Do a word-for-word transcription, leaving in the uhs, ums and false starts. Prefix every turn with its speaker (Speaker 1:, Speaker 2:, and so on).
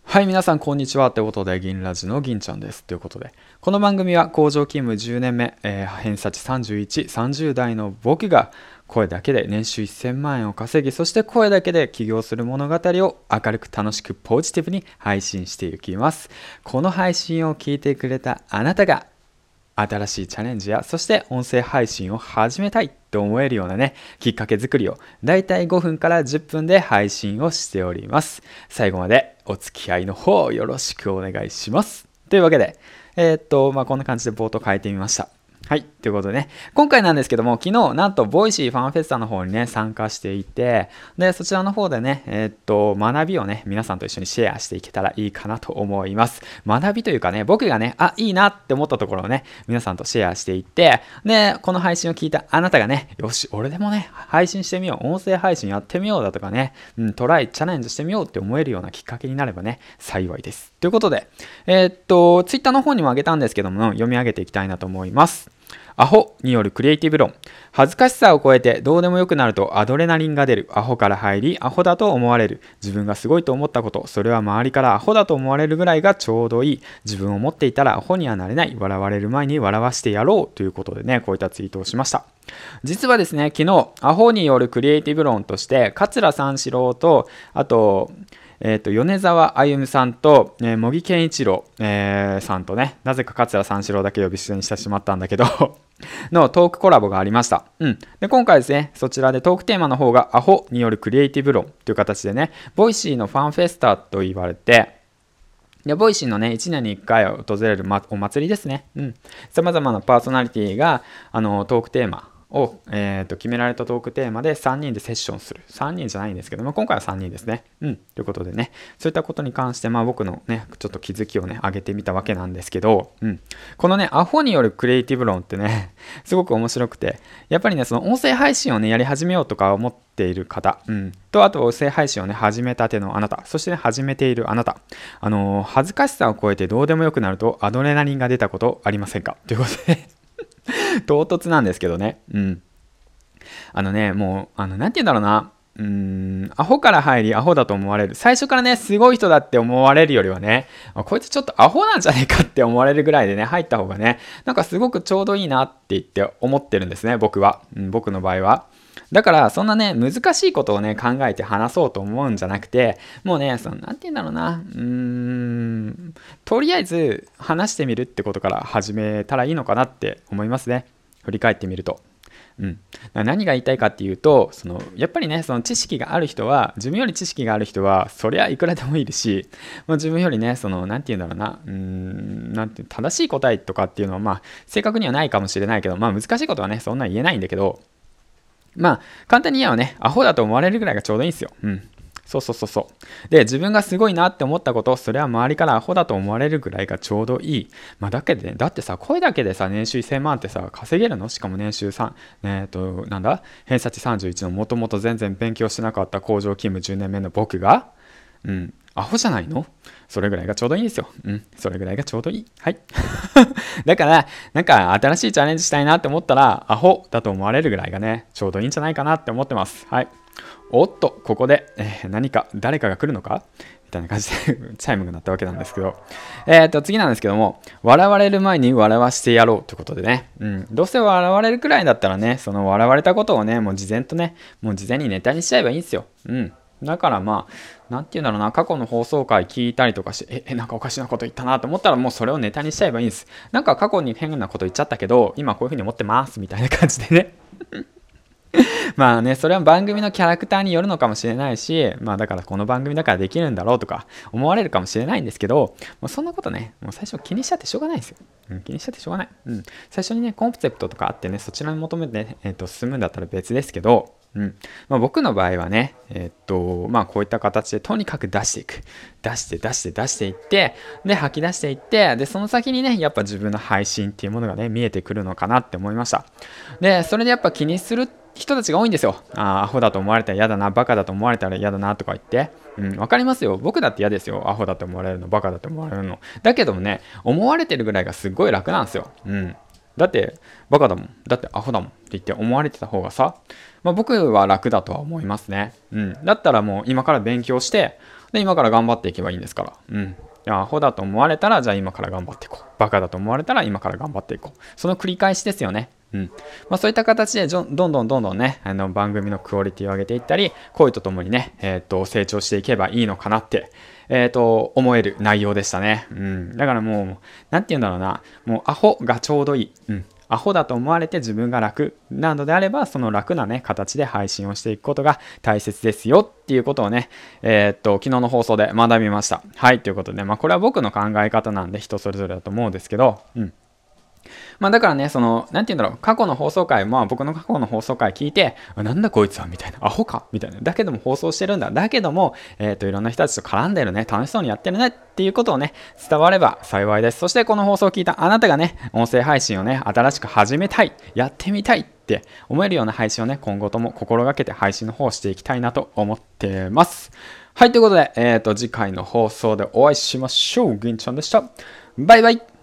Speaker 1: はい、皆さん、こんにちは。ということで、銀ラジの銀ちゃんです。ということで、この番組は工場勤務じゅうねんめ、えー偏差値さんじゅういち、さんじゅう代の僕が声だけで年収せんまん円を稼ぎ、そして声だけで起業する物語を明るく楽しくポジティブに配信していきます。この配信を聞いてくれたあなたが、新しいチャレンジや、そして音声配信を始めたいと思えるようなね、きっかけ作りをだいたいごふんからじゅっぷんで配信をしております。最後までお付き合いの方よろしくお願いします。というわけで、えー、っと、まあ、こんな感じで冒頭変えてみました。はい。ということでね、今回なんですけども、昨日、なんと、ボイシーファンフェスタの方にね、参加していて、で、そちらの方でね、えーっと、学びをね、皆さんと一緒にシェアしていけたらいいかなと思います。学びというかね、僕がね、あ、いいなって思ったところをね、皆さんとシェアしていって、で、この配信を聞いたあなたがね、よし、俺でもね、配信してみよう、音声配信やってみようだとかね、うん、トライ、チャレンジしてみようって思えるようなきっかけになればね、幸いです。ということで、えーっと、ツイッターの方にもあげたんですけども、読み上げていきたいなと思います。アホによるクリエイティブ論。恥ずかしさを超えてどうでもよくなるとアドレナリンが出る。アホから入り、アホだと思われる。自分がすごいと思ったこと、それは周りからアホだと思われるぐらいがちょうどいい。自分を持っていたらアホにはなれない。笑われる前に笑わしてやろう。ということでね、こういったツイートをしました。実はですね、昨日、アホによるクリエイティブ論として、桂三四郎と、あと、えー、と米沢歩さんと、えー、茂木健一郎、えー、さんとね、なぜか桂三四郎だけ呼び捨てにしてしまったんだけどのトークコラボがありました。うん。で、今回ですね、そちらでトークテーマの方がアホによるクリエイティブ論という形でね、ボイシーのファンフェスタと言われて、でボイシーのね、いちねんにいっかい訪れる、ま、お祭りですね。うん。様々なパーソナリティが、あの、トークテーマ、を、えー、と決められたトークテーマでさんにんでセッションする。さんにんじゃないんですけども、今回はさんにんですね。うん。ということでね、そういったことに関して、まあ僕のね、ちょっと気づきをね、上げてみたわけなんですけど、うん。このね、アホによるクリエイティブ論ってね、すごく面白くて、やっぱりね、その音声配信をね、やり始めようとか思っている方、うん。と、あと音声配信をね、始めたてのあなた、そしてね、始めているあなた、あのー、恥ずかしさを超えてどうでもよくなるとアドレナリンが出たことありませんかということで唐突なんですけどね。うん。あのね、もう、あの、なんて言うんだろうな。うーん、アホから入り、アホだと思われる。最初からね、すごい人だって思われるよりはね、こいつちょっとアホなんじゃねえかって思われるぐらいでね、入った方がね、なんかすごくちょうどいいなって言って思ってるんですね、僕は。うん、僕の場合は。だから、そんなね、難しいことをね、考えて話そうと思うんじゃなくて、もうね、その、なんて言うんだろうな。うーん、とりあえず話してみるってことから始めたらいいのかなって思いますね。振り返ってみると。うん、何が言いたいかっていうと、そのやっぱりね、その知識がある人は、自分より知識がある人はそりゃいくらでもいるし、まあ、自分よりね、そのなんて言うんだろうな、うーんなんて正しい答えとかっていうのはまあ正確にはないかもしれないけど、まあ難しいことはね、そんな言えないんだけど、まあ簡単に言えばね、アホだと思われるぐらいがちょうどいいんですよ。うん。そうそうそうそう。で、自分がすごいなって思ったこと、それは周りからアホだと思われるぐらいがちょうどいい。まあ、だけで、ね、だってさ、声だけでさ、年収せんまんってさ、稼げるのしかも年収さん、えっと、なんだ偏差値さんじゅういちのもともと全然勉強してなかった工場勤務じゅうねんめの僕が、うん、アホじゃないのそれぐらいがちょうどいいんですよ。うん、それぐらいがちょうどいい。はい。だから、なんか新しいチャレンジしたいなって思ったら、アホだと思われるぐらいがね、ちょうどいいんじゃないかなって思ってます。はい。おっと、ここで、えー、何か、誰かが来るのかみたいな感じでチャイムが鳴ったわけなんですけど、えーと、次なんですけども、笑われる前に笑わしてやろうということでね、うん、どうせ笑われるくらいだったらね、その笑われたことをね、もう事前とね、もう事前にネタにしちゃえばいいんですよ。うん。だからまあ、なんて言うんだろうな、過去の放送回聞いたりとかして、え、なんかおかしなこと言ったなと思ったらもうそれをネタにしちゃえばいいんです。なんか過去に変なこと言っちゃったけど、今こういう風に思ってますみたいな感じでね。まあね、それは番組のキャラクターによるのかもしれないし、まあだからこの番組だからできるんだろうとか思われるかもしれないんですけど、もうそんなことね、もう最初気にしちゃってしょうがないんですよ。うん、気にしちゃってしょうがない。うん。最初にね、コンセプトとかあってね、そちらに求めて、ね、えー、と進むんだったら別ですけど、うんまあ、僕の場合はね、えーっとまあ、こういった形でとにかく出していく出して出して出していってで吐き出していってでその先にねやっぱ自分の配信っていうものがね見えてくるのかなって思いました。でそれでやっぱ気にする人たちが多いんですよ。あアホだと思われたら嫌だな、バカだと思われたら嫌だなとか言って、うん、わかりますよ。僕だって嫌ですよ。アホだと思われるの、バカだと思われるの。だけどもね、思われてるぐらいがすっごい楽なんですよ。うん。だってバカだもん、だってアホだもんって言って思われてた方がさ、まあ、僕は楽だとは思いますね。うん。だったらもう今から勉強して、 で、今から頑張っていけばいいんですから。うん。アホだと思われたら、じゃあ今から頑張っていこう。バカだと思われたら今から頑張っていこう。その繰り返しですよね。うん。まあそういった形でどんどんどんどんね、あの番組のクオリティを上げていったり、声とともにね、えっと、成長していけばいいのかなって、えっと、思える内容でしたね。うん。だからもう、なんて言うんだろうな、もうアホがちょうどいい。うん。アホだと思われて自分が楽なのであれば、その楽なね、形で配信をしていくことが大切ですよっていうことをね、えー、っと、昨日の放送で学びました。はい、ということで、まあこれは僕の考え方なんで人それぞれだと思うんですけど、うん。まあだからね、その、なんて言うんだろう、過去の放送回、まあ僕の過去の放送回聞いて、なんだこいつはみたいな、アホかみたいな。だけども放送してるんだ。だけども、えっ、と、いろんな人たちと絡んでるね、楽しそうにやってるねっていうことをね、伝われば幸いです。そしてこの放送を聞いたあなたがね、音声配信をね、新しく始めたい、やってみたいって思えるような配信をね、今後とも心がけて配信の方をしていきたいなと思ってます。はい、ということで、えっ、と、次回の放送でお会いしましょう。銀ちゃんでした。バイバイ。